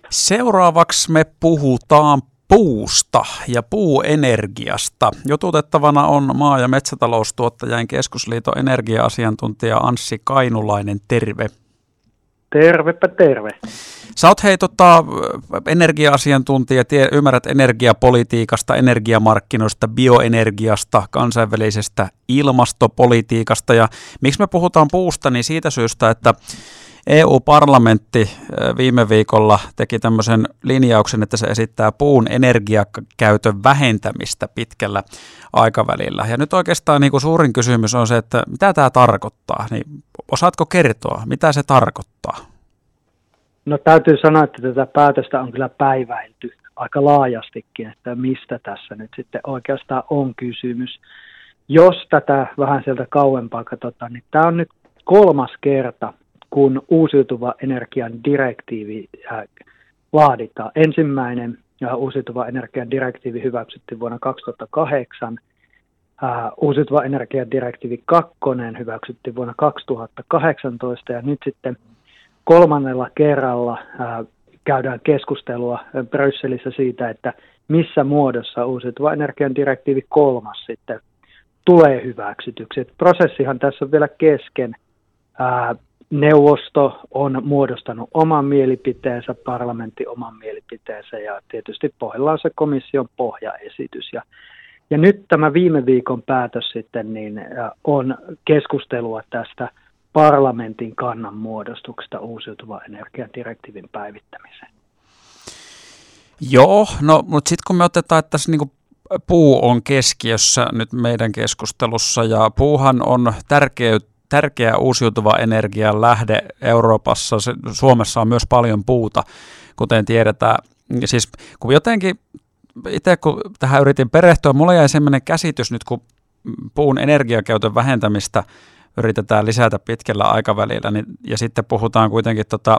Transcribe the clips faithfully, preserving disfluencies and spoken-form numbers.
Seuraavaksi me puhutaan puusta ja puuenergiasta. Jututettavana on maa- ja metsätaloustuottajien keskusliiton energia-asiantuntija Anssi Kainulainen. Terve. Tervepä terve. Sä oot hei tota, energia-asiantuntija, tie, ymmärrät energiapolitiikasta, energiamarkkinoista, bioenergiasta, kansainvälisestä ilmastopolitiikasta. Ja miksi me puhutaan puusta, niin siitä syystä, että E U-parlamentti viime viikolla teki tämmöisen linjauksen, että se esittää puun energiakäytön vähentämistä pitkällä aikavälillä. Ja nyt oikeastaan niin kuin suurin kysymys on se, että mitä tämä tarkoittaa. Niin osaatko kertoa, mitä se tarkoittaa? No täytyy sanoa, että tätä päätöstä on kyllä päiväilty aika laajastikin, että mistä tässä nyt sitten oikeastaan on kysymys. Jos tätä vähän sieltä kauempaa katsotaan, niin tämä on nyt kolmas kerta, kun uusiutuva energian direktiivi laaditaan. Ensimmäinen uusiutuva energian direktiivi hyväksyttiin vuonna kaksituhattakahdeksan. Uusiutuva energian direktiivi kakkonen hyväksyttiin vuonna kaksituhattakahdeksantoista ja nyt sitten kolmannella kerralla käydään keskustelua Brysselissä siitä, että missä muodossa uusiutuva energian direktiivi kolmas sitten tulee hyväksytyksi. Et prosessihan tässä on vielä kesken. Neuvosto on muodostanut oman mielipiteensä, parlamentti oman mielipiteensä ja tietysti pohjalla on se komission pohjaesitys. Ja, ja nyt tämä viime viikon päätös sitten niin on keskustelua tästä parlamentin kannan muodostuksesta uusiutuvan energian direktiivin päivittämiseen. Joo, no mutta sitten kun me otetaan, että tässä niinku puu on keskiössä nyt meidän keskustelussa ja puuhan on tärkeä Tärkeä uusiutuva energian lähde Euroopassa. Se, Suomessa on myös paljon puuta, kuten tiedetään. Siis kun jotenkin itse kun tähän yritin perehtyä, mulla jäi sellainen käsitys nyt, kun puun energiakäytön vähentämistä yritetään lisätä pitkällä aikavälillä, niin, ja sitten puhutaan kuitenkin tota,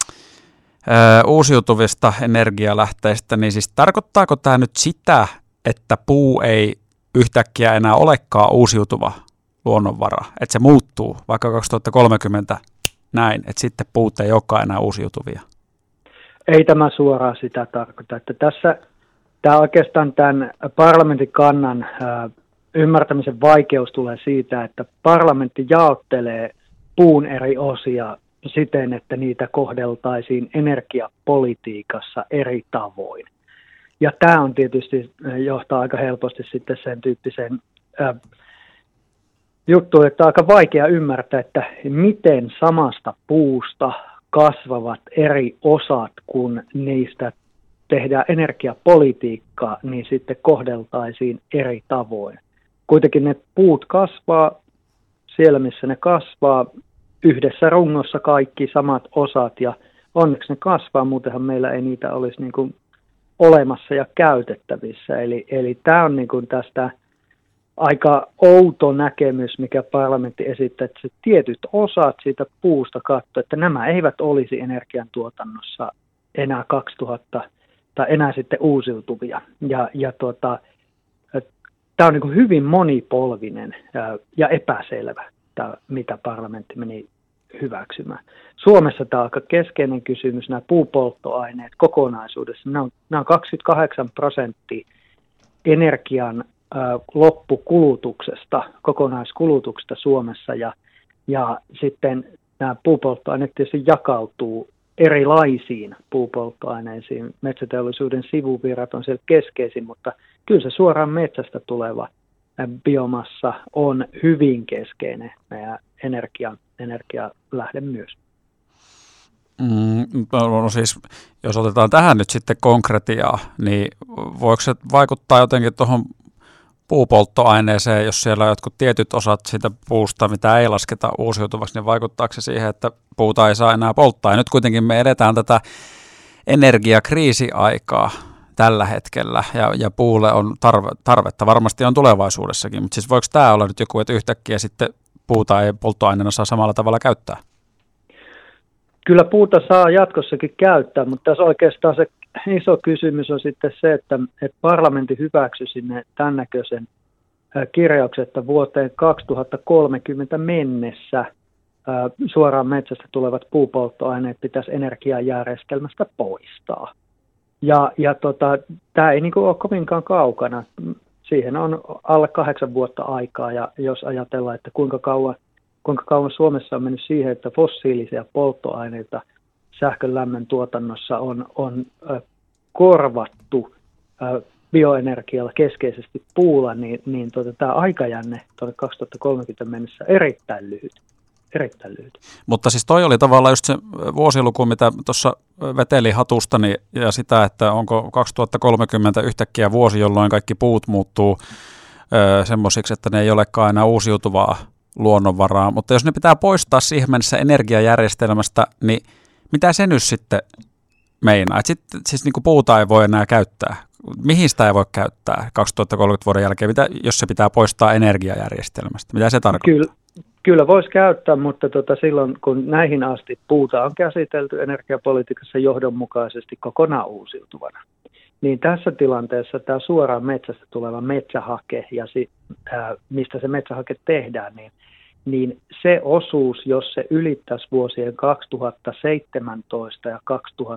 ö, uusiutuvista energialähteistä, niin siis tarkoittaako tämä nyt sitä, että puu ei yhtäkkiä enää olekaan uusiutuva luonnonvara, että se muuttuu vaikka kaksituhattakolmekymmentä näin, että sitten puut ei olekaan enää uusiutuvia? Ei tämä suoraan sitä tarkoita. Että tässä tämä oikeastaan tämän parlamentin kannan ää, ymmärtämisen vaikeus tulee siitä, että parlamentti jaottelee puun eri osia siten, että niitä kohdeltaisiin energiapolitiikassa eri tavoin. Ja tämä on tietysti johtaa aika helposti sitten sen tyyppiseen ää, juttu, että on aika vaikea ymmärtää, että miten samasta puusta kasvavat eri osat, kun niistä tehdään energiapolitiikkaa, niin sitten kohdeltaisiin eri tavoin. Kuitenkin ne puut kasvaa siellä, missä ne kasvaa, yhdessä rungossa kaikki samat osat, ja onneksi ne kasvaa, muutenhan meillä ei niitä olisi niin kuin olemassa ja käytettävissä. Eli, eli tämä on niin kuin tästä aika outo näkemys, mikä parlamentti esittää, että se tietyt osat siitä puusta katsoo, että nämä eivät olisi energiantuotannossa enää kaksituhatta tai enää sitten uusiutuvia. Ja, ja tuota, tämä on niin kuin hyvin monipolvinen ja, ja epäselvä, tämä, mitä parlamentti meni hyväksymään. Suomessa tämä on aika keskeinen kysymys, nämä puupolttoaineet kokonaisuudessa, nämä on, nämä on kaksikymmentäkahdeksan prosenttia energian loppukulutuksesta, kokonaiskulutuksesta Suomessa ja, ja sitten nämä puupolttoaineet tietysti jakautuu erilaisiin puupolttoaineisiin. Metsäteollisuuden sivuvirrat on siellä keskeisin, mutta kyllä se suoraan metsästä tuleva biomassa on hyvin keskeinen meidän energia, energialähde myös. Mm, no siis, jos otetaan tähän nyt sitten konkretiaa, niin voiko se vaikuttaa jotenkin tuohon puupolttoaineeseen, jos siellä on jotkut tietyt osat siitä puusta, mitä ei lasketa uusiutuvaksi, niin vaikuttaako se siihen, että puuta ei saa enää polttaa? Ja nyt kuitenkin me edetään tätä energiakriisiaikaa tällä hetkellä, ja, ja puulle on tarve, tarvetta, varmasti on tulevaisuudessakin, mutta siis voiko tämä olla nyt joku, että yhtäkkiä sitten puuta ei polttoaineena saa samalla tavalla käyttää? Kyllä puuta saa jatkossakin käyttää, mutta tässä oikeastaan se iso kysymys on sitten se, että, että parlamentti hyväksyi sinne tämän näköisen kirjauksen, että vuoteen kaksituhattakolmekymmentä mennessä suoraan metsästä tulevat puupolttoaineet pitäisi energiajärjestelmästä poistaa. Ja, ja tota, tämä ei niinku ole kovinkaan kaukana. Siihen on alle kahdeksan vuotta aikaa, ja jos ajatellaan, että kuinka kauan, kuinka kauan Suomessa on mennyt siihen, että fossiilisia polttoaineita sähkön lämmön tuotannossa on, on äh, korvattu äh, bioenergialla keskeisesti puulla, niin, niin tota, tämä aikajänne tuonne kaksituhattakolmekymmentä mennessä erittäin lyhyt. Erittäin lyhyt. Mutta siis toi oli tavallaan just se vuosiluku, mitä tuossa veteli hatustani, ja sitä, että onko kaksituhattakolmekymmentä yhtäkkiä vuosi, jolloin kaikki puut muuttuu semmoisiksi, että ne ei olekaan enää uusiutuvaa luonnonvaraa. Mutta jos ne pitää poistaa siihen mennessä energiajärjestelmästä, niin mitä se nyt sitten meinaa? Että sitten siis niin kuin puuta ei voi enää käyttää. Mihin sitä ei voi käyttää kaksituhattakolmekymmentä vuoden jälkeen, mitä, jos se pitää poistaa energiajärjestelmästä? Mitä se tarkoittaa? Kyllä. Kyllä voisi käyttää, mutta tota silloin kun näihin asti puuta on käsitelty energiapolitiikassa johdonmukaisesti kokonaan uusiutuvana, niin tässä tilanteessa tämä suoraan metsästä tuleva metsähake ja si, ää, mistä se metsähake tehdään, niin, niin se osuus, jos se ylittäisi vuosien kaksituhattaseitsemäntoista ja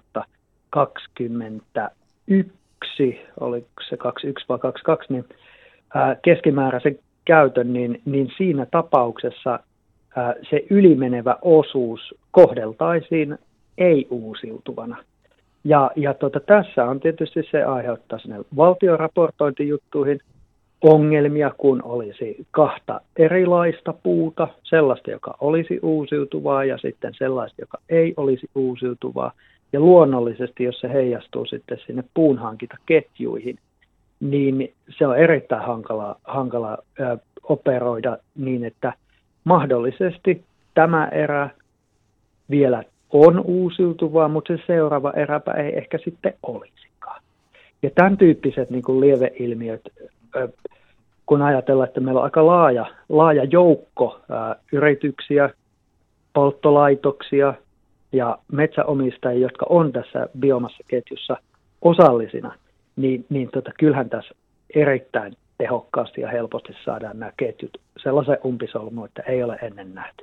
kaksituhattakaksikymmentäyksi, oliko se kaksikymmentäyksi vai kaksikymmentäkaksi, niin ää, keskimääräisen käytön, niin, niin siinä tapauksessa ää, se ylimenevä osuus kohdeltaisiin ei-uusiutuvana. Ja, ja tota, tässä on tietysti se aiheuttaa sinne valtioraportointijuttuihin ongelmia, kun olisi kahta erilaista puuta, sellaista, joka olisi uusiutuvaa ja sitten sellaista, joka ei olisi uusiutuvaa. Ja luonnollisesti, jos se heijastuu sitten sinne puunhankintaketjuihin, niin se on erittäin hankala, hankala ö, operoida niin, että mahdollisesti tämä erä vielä on uusiutuvaa, mutta se seuraava eräpä ei ehkä sitten olisikaan. Ja tämän tyyppiset niin kuin lieveilmiöt, ö, kun ajatellaan, että meillä on aika laaja, laaja joukko ö, yrityksiä, polttolaitoksia ja metsäomistajia, jotka on tässä biomassaketjussa osallisina, niin, niin tota, kyllähän tässä erittäin tehokkaasti ja helposti saadaan nämä ketjut sellaisen umpisolmuun, että ei ole ennen nähty.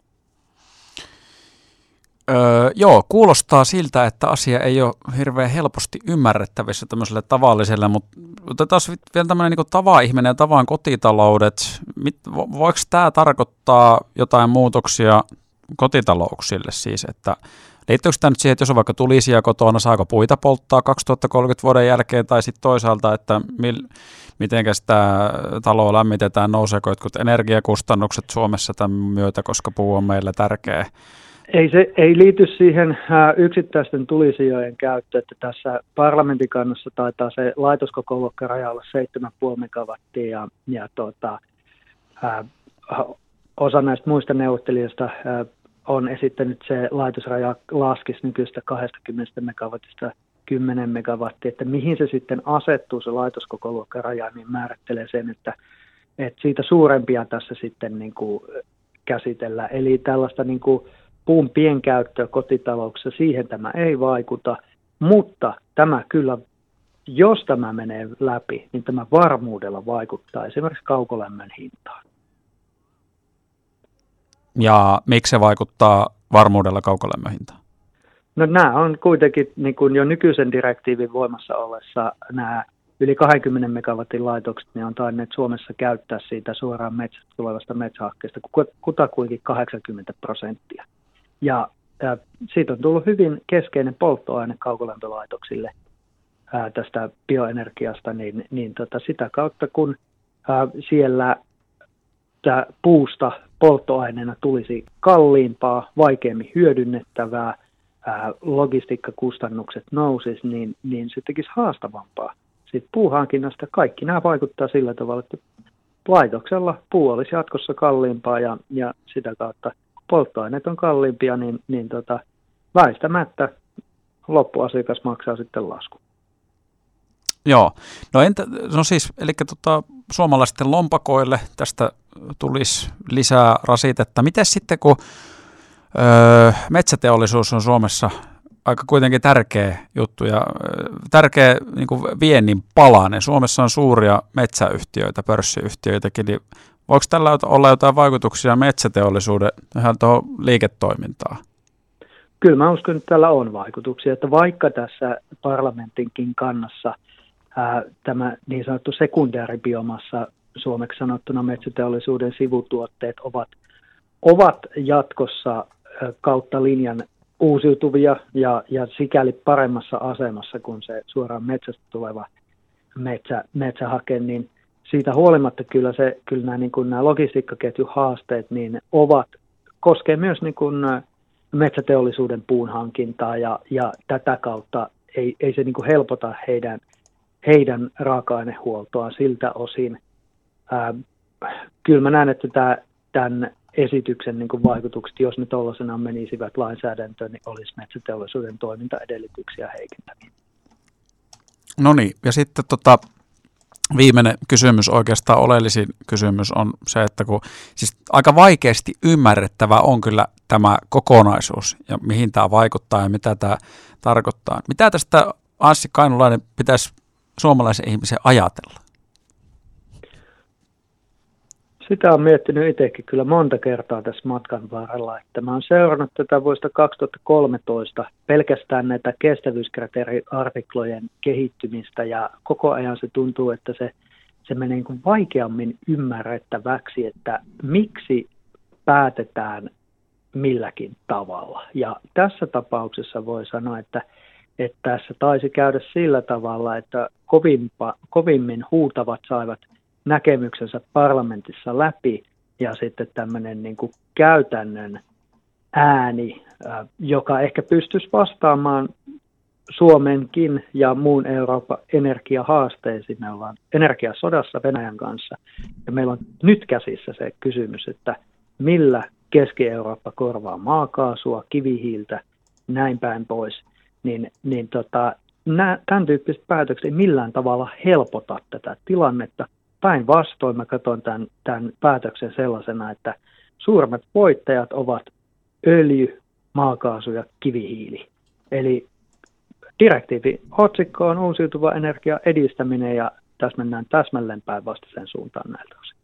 Öö, joo, kuulostaa siltä, että asia ei ole hirveän helposti ymmärrettävissä tämmöiselle tavalliselle, mutta otetaan vielä tämmöinen niin kuin tava-ihminen ja tavan kotitaloudet. Mit, voiko tämä tarkoittaa jotain muutoksia kotitalouksille siis, että liittyykö tämä nyt siihen, että jos on vaikka tulisia kotona, saako puita polttaa kaksituhattakolmekymmentä vuoden jälkeen, tai sitten toisaalta, että mil, miten sitä taloa lämmitetään, nouseeko jotkut energiakustannukset Suomessa tämän myötä, koska puu on meillä tärkeä? Ei, se, ei liity siihen yksittäisten tulisijojen käyttöön, että tässä parlamentin kannassa taitaa se laitoskokoluokkaraja olla seitsemän pilkku viisi megawattia, ja, ja tota, ää, osa näistä muista neuvottelijoista ää, on esittänyt, se laitosraja laskisi nykyistä kaksikymmentä megawattista kymmenen megawattia, että mihin se sitten asettuu se laitoskokoluokkaraja, niin määrittelee sen, että, että siitä suurempia tässä sitten niin kuin käsitellään. Eli tällaista niin kuin puun pienkäyttöä kotitalouksissa, siihen tämä ei vaikuta, mutta tämä kyllä, jos tämä menee läpi, niin tämä varmuudella vaikuttaa esimerkiksi kaukolämmön hintaan. Ja miksi se vaikuttaa varmuudella kaukolämmön hintaan? No nämä on kuitenkin niin kuin jo nykyisen direktiivin voimassa ollessa nämä yli kaksikymmentä megawatin laitokset, niin on tainneet Suomessa käyttää siitä suoraan metsästä tulevasta metsähakkeesta kutakuinkin kahdeksankymmentä prosenttia. Ja ää, siitä on tullut hyvin keskeinen polttoaine kaukolämpölaitoksille ää, tästä bioenergiasta, niin, niin tota, sitä kautta kun ää, siellä tää puusta polttoaineena tulisi kalliimpaa, vaikeammin hyödynnettävää, ää, logistiikkakustannukset nousisi, niin, niin se tekisi haastavampaa siitä puuhankinnasta. Kaikki nämä vaikuttaa sillä tavalla, että laitoksella puu olisi jatkossa kalliimpaa ja, ja sitä kautta polttoaineet on kalliimpia, niin, niin tota, väistämättä loppuasiakas maksaa sitten lasku. Joo, no entä, no siis, eli tota, suomalaisten lompakoille tästä tulisi lisää rasitetta. Miten sitten, kun öö, metsäteollisuus on Suomessa aika kuitenkin tärkeä juttu ja öö, tärkeä niin kuin viennin palanen. Suomessa on suuria metsäyhtiöitä, pörssiyhtiöitäkin, niin Voiko tällä olla jotain vaikutuksia metsäteollisuuden ihan tuohon liiketoimintaan? Kyllä mä uskon, että tällä on vaikutuksia, että vaikka tässä parlamentinkin kannassa ää, tämä niin sanottu sekundääribiomassa, suomeksi sanottuna metsäteollisuuden sivutuotteet, ovat, ovat jatkossa ää, kautta linjan uusiutuvia ja, ja sikäli paremmassa asemassa kuin se suoraan metsästä tuleva metsä, metsähake, niin siitä huolimatta kyllä, se, kyllä nämä, niin kuin nämä logistiikkaketjun haasteet niin ovat, koskee myös niin kuin metsäteollisuuden puun hankintaa ja, ja tätä kautta ei, ei se niin kuin helpota heidän, heidän raaka-ainehuoltoaan siltä osin. Ää, kyllä mä näen, että tämä, tämän esityksen niin kuin vaikutukset, jos ne tuollaisena menisivät lainsäädäntöön, niin olisi metsäteollisuuden toimintaedellytyksiä heikentäviä. No niin, ja sitten tota, viimeinen kysymys, oikeastaan oleellisin kysymys on se, että kun siis aika vaikeasti ymmärrettävä on kyllä tämä kokonaisuus ja mihin tämä vaikuttaa ja mitä tämä tarkoittaa. Mitä tästä Anssi Kainulainen pitäisi suomalaisen ihmisen ajatella? Sitä on miettinyt itsekin kyllä monta kertaa tässä matkan varrella, että mä oon seurannut tätä vuodesta kaksituhattakolmetoista pelkästään näitä kestävyyskriteeriartiklojen kehittymistä ja koko ajan se tuntuu, että se, se menee niin kuin vaikeammin ymmärrettäväksi, että miksi päätetään milläkin tavalla. Ja tässä tapauksessa voi sanoa, että, että tässä taisi käydä sillä tavalla, että kovimpa, kovimmin huutavat saivat näkemyksensä parlamentissa läpi ja sitten tämmöinen niin kuin käytännön ääni, joka ehkä pystyisi vastaamaan Suomenkin ja muun Euroopan energiahaasteisiin. Me ollaan energiasodassa Venäjän kanssa ja meillä on nyt käsissä se kysymys, että millä Keski-Eurooppa korvaa maakaasua, kivihiiltä, näin päin pois, niin, niin tota, nää, tämän tyyppiset päätökset ei millään tavalla helpota tätä tilannetta. Päinvastoin mä katson tämän, tämän päätöksen sellaisena, että suurimmat voittajat ovat öljy, maakaasu ja kivihiili. Eli direktiivi otsikko on uusiutuva energia edistäminen ja tässä mennään täsmälleen päinvastaiseen suuntaan näiltä osin.